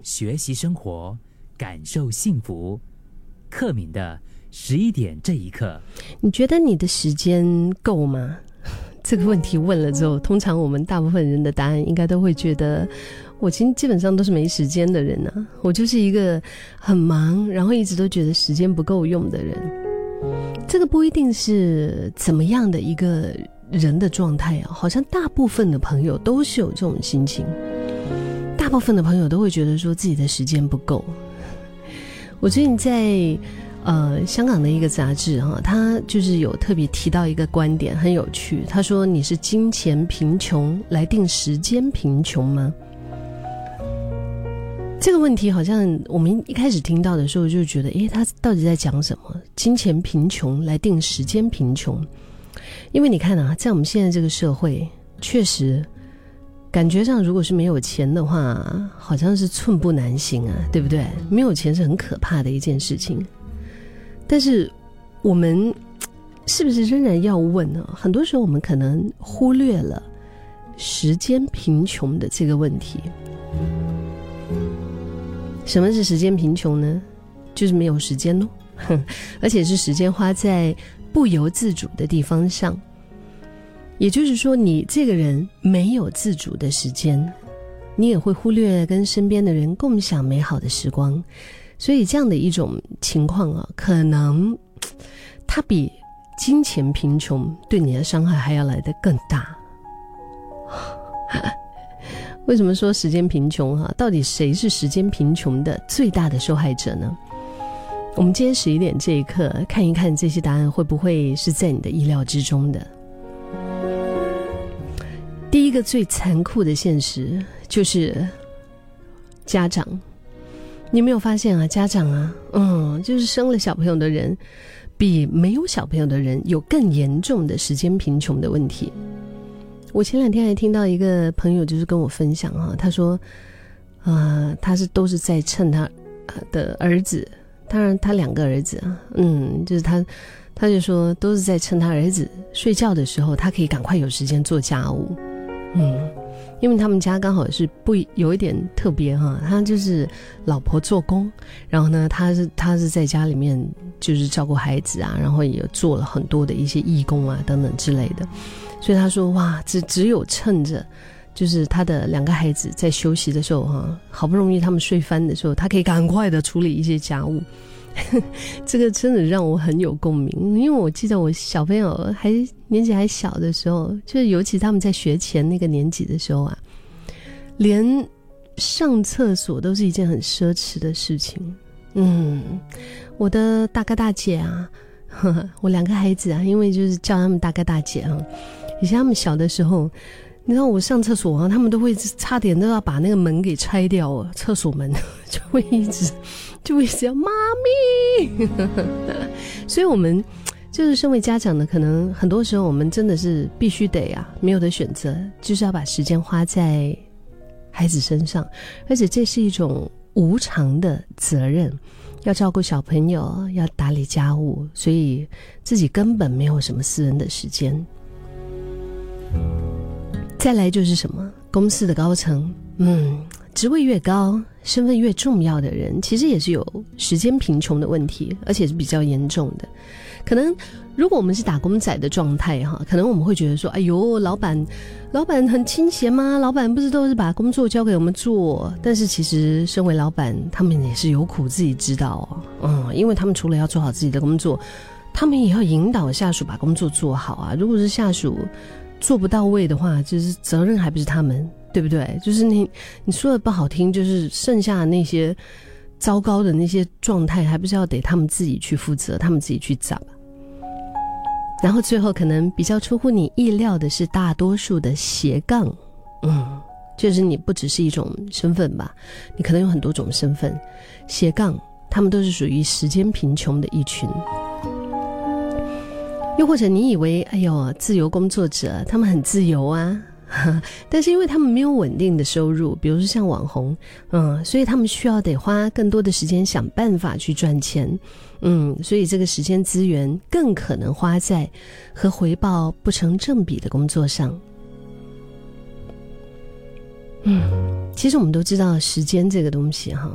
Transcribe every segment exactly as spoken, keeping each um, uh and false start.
学习生活，感受幸福。克敏的十一点这一刻， 你觉得你的时间够吗？这个问题问了之后，通常我们大部分人的答案应该都会觉得，我其实基本上都是没时间的人啊，我就是一个很忙，然后一直都觉得时间不够用的人。这个不一定是怎么样的一个人的状态啊，好像大部分的朋友都是有这种心情，大部分的朋友都会觉得说自己的时间不够。我最近在呃香港的一个杂志哈，他就是有特别提到一个观点，很有趣。他说：“你是金钱贫穷来定时间贫穷吗？”这个问题好像我们一开始听到的时候就觉得，诶，他到底在讲什么？金钱贫穷来定时间贫穷？因为你看啊，在我们现在这个社会，确实感觉上如果是没有钱的话，好像是寸步难行啊，对不对？没有钱是很可怕的一件事情。但是我们是不是仍然要问呢？很多时候我们可能忽略了时间贫穷的这个问题。什么是时间贫穷呢？就是没有时间咯，而且是时间花在不由自主的地方上。也就是说，你这个人没有自主的时间，你也会忽略跟身边的人共享美好的时光。所以这样的一种情况啊，可能它比金钱贫穷对你的伤害还要来得更大。为什么说时间贫穷啊？到底谁是时间贫穷的最大的受害者呢？我们今天十一点这一刻看一看这些答案会不会是在你的意料之中的。第一个最残酷的现实就是家长。你有没有发现啊，家长啊，嗯，就是生了小朋友的人比没有小朋友的人有更严重的时间贫穷的问题。我前两天还听到一个朋友就是跟我分享哈，他说呃，他是都是在趁他的儿子，当然他两个儿子啊，嗯，就是他他就说都是在趁他儿子睡觉的时候，他可以赶快有时间做家务。嗯，因为他们家刚好是不有一点特别哈，他就是老婆做工，然后呢他是他是在家里面就是照顾孩子啊，然后也做了很多的一些义工啊等等之类的。所以他说哇，只只有趁着就是他的两个孩子在休息的时候哈，好不容易他们睡翻的时候，他可以赶快的处理一些家务。这个真的让我很有共鸣，因为我记得我小朋友还年纪还小的时候，就是尤其他们在学前那个年纪的时候啊，连上厕所都是一件很奢侈的事情。嗯，我的大哥大姐啊，呵呵，我两个孩子啊，因为就是叫他们大哥大姐啊，以前他们小的时候，你知道我上厕所啊，他们都会差点都要把那个门给拆掉啊，厕所门就会一直就会叫妈咪。所以我们就是身为家长的，可能很多时候我们真的是必须得啊，没有的选择，就是要把时间花在孩子身上，而且这是一种无偿的责任，要照顾小朋友，要打理家务，所以自己根本没有什么私人的时间。再来就是什么，公司的高层，嗯，职位越高，身份越重要的人，其实也是有时间贫穷的问题，而且是比较严重的。可能如果我们是打工仔的状态哈，可能我们会觉得说，哎呦，老板老板很清闲吗？老板不是都是把工作交给我们做？但是其实身为老板，他们也是有苦自己知道哦，嗯，因为他们除了要做好自己的工作，他们也要引导下属把工作做好啊。如果是下属做不到位的话，就是责任还不是他们，对不对？就是你你说的不好听，就是剩下的那些糟糕的那些状态，还不是要得他们自己去负责，他们自己去找。然后最后可能比较出乎你意料的是，大多数的斜杠，嗯，就是你不只是一种身份吧，你可能有很多种身份，斜杠他们都是属于时间贫穷的一群。又或者你以为哎呦自由工作者他们很自由啊，但是因为他们没有稳定的收入，比如说像网红，嗯，所以他们需要得花更多的时间想办法去赚钱，嗯，所以这个时间资源更可能花在和回报不成正比的工作上。嗯， 其实我们都知道时间这个东西哈，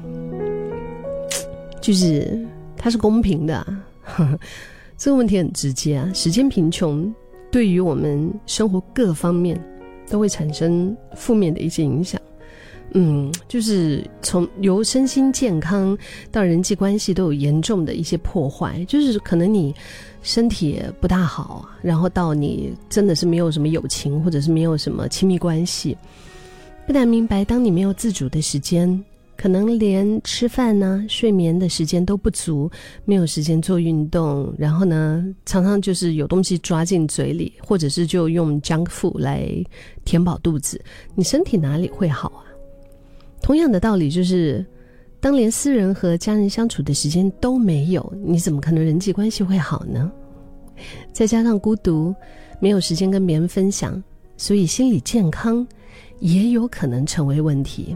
就是它是公平的啊，呵呵，这个问题很直接啊。时间贫穷对于我们生活各方面都会产生负面的一些影响。嗯，就是从由身心健康到人际关系都有严重的一些破坏，就是可能你身体不大好，然后到你真的是没有什么友情或者是没有什么亲密关系，不难明白，当你没有自主的时间，可能连吃饭呢、睡眠的时间都不足，没有时间做运动，然后呢常常就是有东西抓进嘴里，或者是就用 junk food 来填饱肚子，你身体哪里会好啊？同样的道理，就是当连私人和家人相处的时间都没有，你怎么可能人际关系会好呢？再加上孤独，没有时间跟别人分享，所以心理健康也有可能成为问题。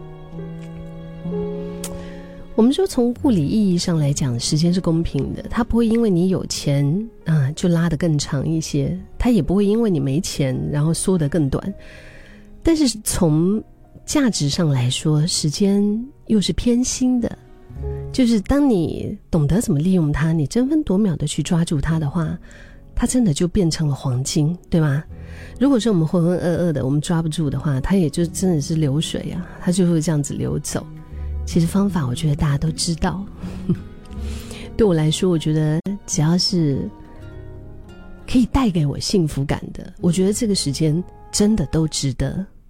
我们说从物理意义上来讲，时间是公平的，它不会因为你有钱啊就拉得更长一些，它也不会因为你没钱然后缩得更短。但是从价值上来说，时间又是偏心的，就是当你懂得怎么利用它，你争分夺秒的去抓住它的话，它真的就变成了黄金，对吗？如果说我们浑浑噩噩的，我们抓不住的话，它也就真的是流水啊，它就会这样子流走。其实方法我觉得大家都知道，对我来说，我觉得只要是可以带给我幸福感的，我觉得这个时间真的都值得。